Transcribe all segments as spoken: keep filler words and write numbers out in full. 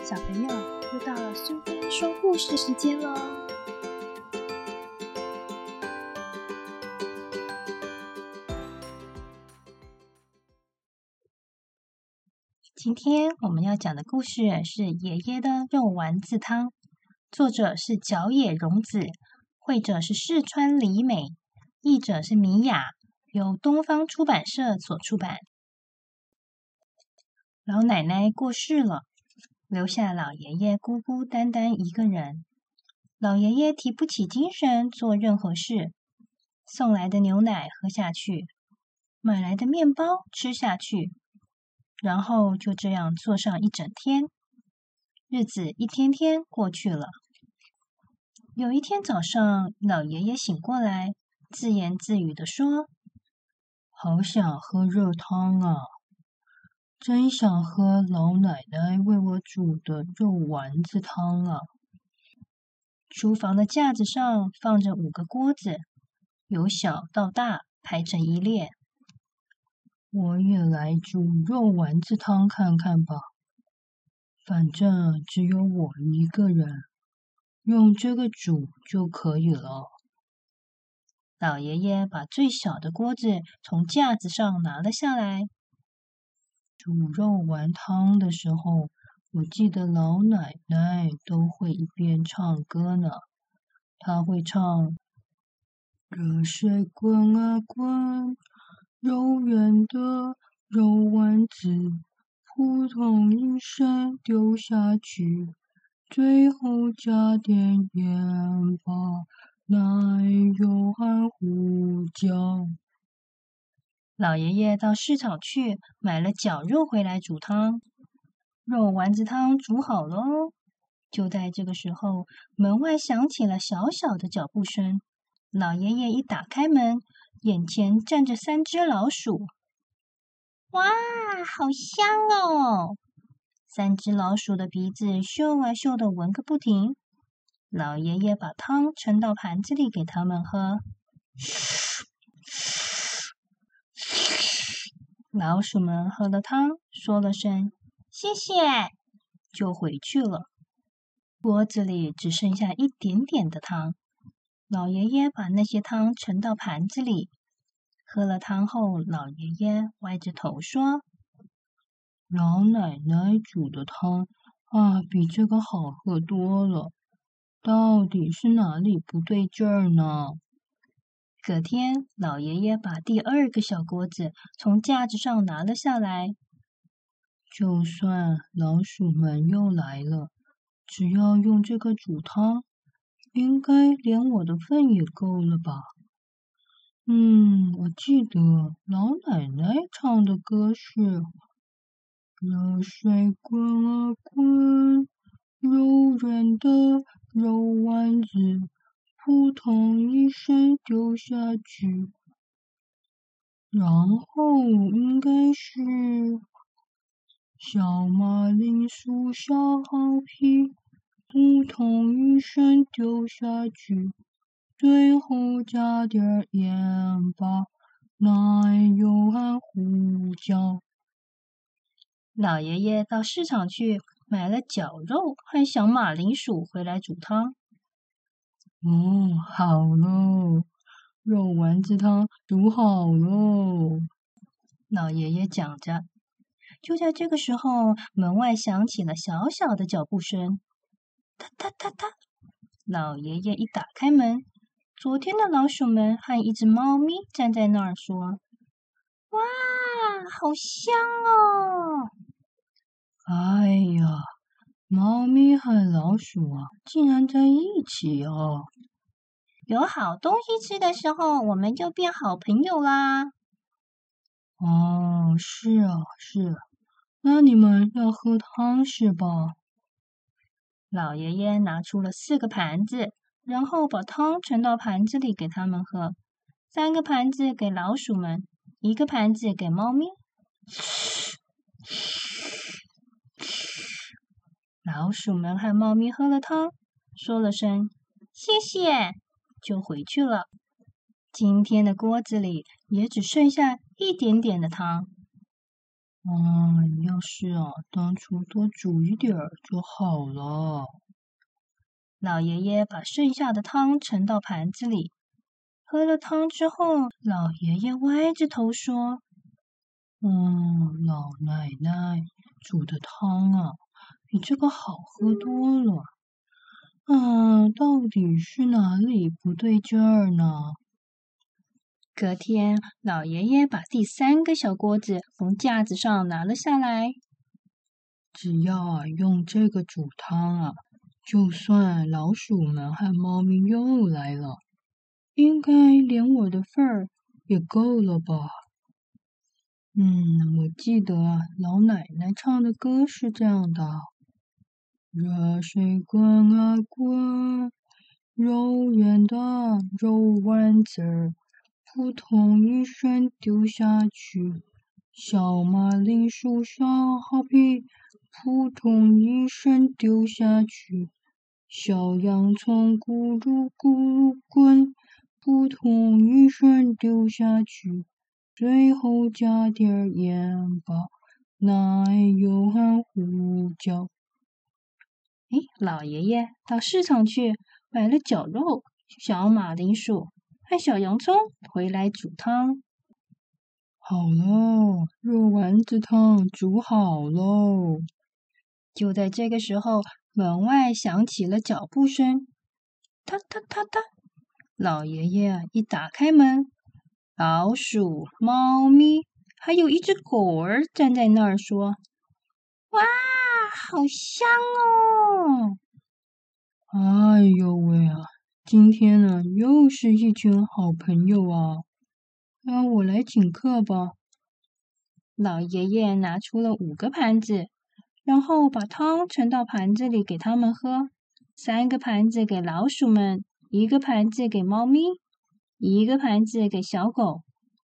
小朋友，又到了苏菲说故事时间喽！今天我们要讲的故事是《爷爷的肉丸子汤》，作者是角野荣子，绘者是四川里美，译者是米雅，由东方出版社所出版。老奶奶过世了，留下老爷爷孤孤单单一个人。老爷爷提不起精神做任何事，送来的牛奶喝下去，买来的面包吃下去，然后就这样坐上一整天。日子一天天过去了。有一天早上，老爷爷醒过来，自言自语地说：“好想喝热汤啊！真想喝老奶奶为我煮的肉丸子汤啊！”厨房的架子上放着五个锅子，由小到大排成一列。我也来煮肉丸子汤看看吧，反正只有我一个人，用这个煮就可以了。老爷爷把最小的锅子从架子上拿了下来。煮肉丸汤的时候，我记得老奶奶都会一边唱歌呢。她会唱：热水滚啊滚，柔软的肉丸子，扑通一声丢下去，最后加点盐巴、奶油和胡椒。老爷爷到市场去买了绞肉回来煮汤，肉丸子汤煮好喽。就在这个时候，门外响起了小小的脚步声。老爷爷一打开门，眼前站着三只老鼠。哇，好香哦！三只老鼠的鼻子嗅啊嗅的闻个不停。老爷爷把汤盛到盘子里给他们喝。老鼠们喝了汤，说了声谢谢，就回去了。锅子里只剩下一点点的汤。老爷爷把那些汤盛到盘子里，喝了汤后，老爷爷歪着头说：“老奶奶煮的汤啊，比这个好喝多了。到底是哪里不对劲儿呢？”隔天，老爷爷把第二个小锅子从架子上拿了下来。就算老鼠们又来了，只要用这个煮汤，应该连我的份也够了吧？嗯，我记得老奶奶唱的歌是：热水滚啊滚，柔软的肉丸子，扑通一声丢下去，然后应该是小马铃薯削好皮，扑通一声丢下去，最后加点盐巴、奶油和胡椒。老爷爷到市场去买了绞肉和小马铃薯回来煮汤。哦，好喽，肉丸子汤煮好喽！老爷爷讲着。就在这个时候，门外响起了小小的脚步声。哒哒哒哒，老爷爷一打开门，昨天的老鼠们和一只猫咪站在那儿说：“哇，好香哦！”哎呀，猫咪和老鼠啊，竟然在一起哦！有好东西吃的时候，我们就变好朋友啦。哦，是啊，是啊。那你们要喝汤是吧？老爷爷拿出了四个盘子，然后把汤盛到盘子里给他们喝。三个盘子给老鼠们，一个盘子给猫咪。老鼠们和猫咪喝了汤，说了声谢谢，就回去了。今天的锅子里也只剩下一点点的汤。 啊，要是啊，当初多煮一点儿就好了。 老爷爷把剩下的汤盛到盘子里，喝了汤之后，老爷爷歪着头说： 嗯，老奶奶煮的汤啊，比这个好喝多了。啊，到底是哪里不对劲儿呢？ 隔天，老爷爷把第三个小锅子从架子上拿了下来。 只要啊用这个煮汤啊，就算老鼠们和猫咪又来了，应该连我的份儿也够了吧？嗯，我记得啊，老奶奶唱的歌是这样的：热水滚啊滚，肉圆的肉丸子儿，扑通一声丢下去。小马铃薯小好皮，扑通一声丢下去。小洋葱咕噜咕噜滚，扑通一声丢下去。最后加点儿盐巴、奶油和胡椒。 哎，老爷爷到市场去买了绞肉、小马铃薯和小洋葱回来煮汤。 好喽，肉丸子汤煮好喽。 就在这个时候，门外响起了脚步声，哒哒哒哒。老爷爷一打开门，老鼠、猫咪还有一只狗儿站在那儿说：哇，好香哦！ 哎呦喂啊，今天呢又是一群好朋友啊！那我来请客吧。 老爷爷拿出了五个盘子，然后把汤盛到盘子里给他们喝。三个盘子给老鼠们，一个盘子给猫咪，一个盘子给小狗。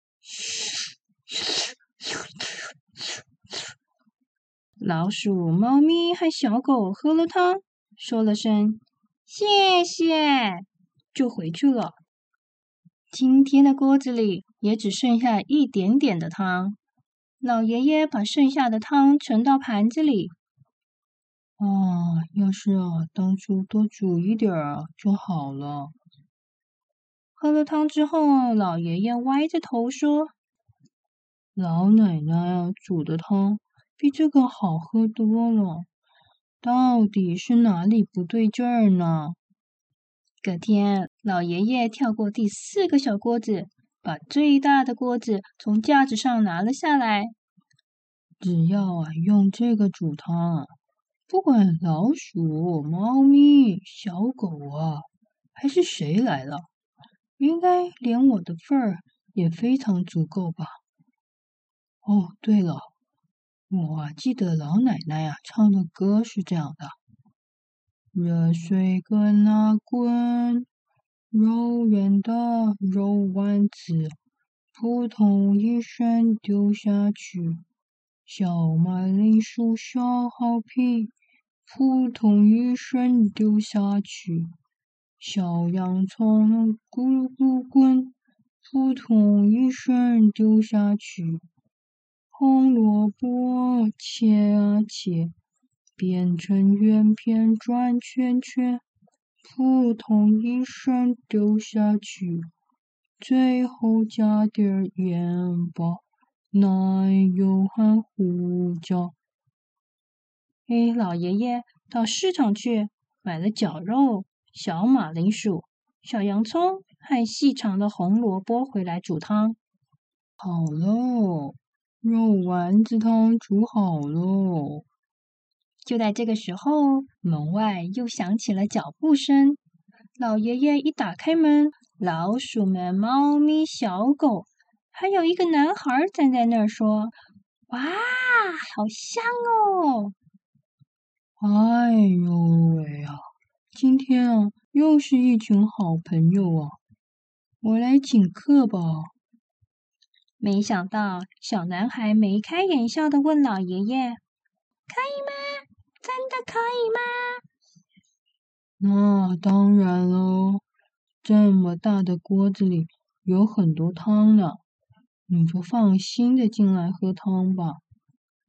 老鼠、猫咪和小狗喝了汤，说了声谢谢，就回去了。今天的锅子里也只剩下一点点的汤。老爷爷把剩下的汤盛到盘子里。 啊，要是啊，当初多煮一点儿啊就好了。 喝了汤之后，老爷爷歪着头说： 老奶奶啊煮的汤比这个好喝多了，到底是哪里不对劲儿呢？ 隔天，老爷爷跳过第四个小锅子，把最大的锅子从架子上拿了下来。 只要啊用这个煮汤啊，不管老鼠、猫咪、小狗啊，还是谁来了，应该连我的份儿也非常足够吧。哦，对了，我啊记得老奶奶呀、唱的歌是这样的：热水滚啊滚，肉圆的肉丸子，扑通一声丢下去。小马铃薯削好皮，扑通一声丢下去。小洋葱咕噜咕噜滚，扑通一声丢下去。红萝卜切啊切，变成圆片转圈圈，扑通一声丢下去。最后加点儿盐巴、奶油和胡椒。 哎，老爷爷到市场去买了绞肉、小马铃薯、小洋葱和细长的红萝卜回来煮汤。 好喽，肉丸子汤煮好喽。 就在这个时候，门外又响起了脚步声。老爷爷一打开门，老鼠们、猫咪、小狗，还有一个男孩站在那儿说：哇，好香哦！ 哎呦喂呀，今天啊，又是一群好朋友啊！我来请客吧。 没想到，小男孩眉开眼笑的问老爷爷：可以吗？真的可以吗？ 那当然喽，这么大的锅子里有很多汤呢，你就放心的进来喝汤吧。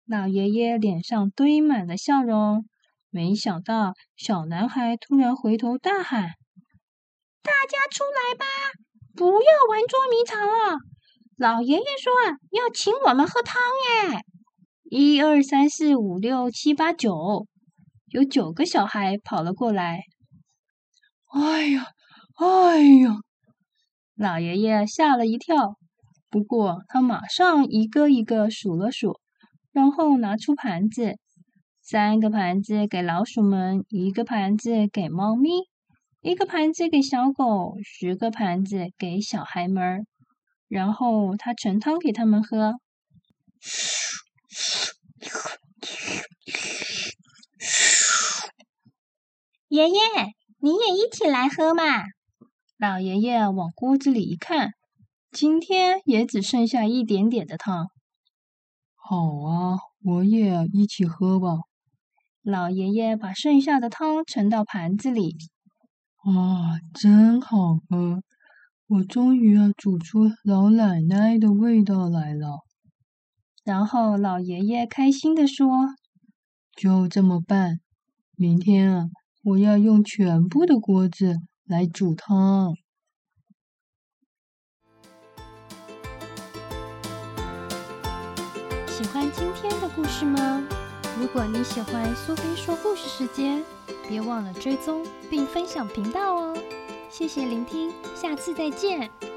老爷爷脸上堆满了笑容。没想到，小男孩突然回头大喊：“大家出来吧，不要玩捉迷藏了！老爷爷说要请我们喝汤耶！”一二三四五六七八九，有九个小孩跑了过来。 哎呀，哎呀！ 老爷爷吓了一跳，不过他马上一个一个数了数，然后拿出盘子，三个盘子给老鼠们，一个盘子给猫咪，一个盘子给小狗，十个盘子给小孩们。然后他盛汤给他们喝。爷爷，你也一起来喝嘛！老爷爷往锅子里一看，今天也只剩下一点点的汤。 好啊，我也一起喝吧。 老爷爷把剩下的汤盛到盘子里。 啊，真好喝！我终于要煮出老奶奶的味道来了。 然后老爷爷开心地说：“ 就这么办，明天啊，我要用全部的锅子来煮汤。” 喜欢今天的故事吗？如果你喜欢苏菲说故事时间，别忘了追踪并分享频道哦。谢谢聆听，下次再见。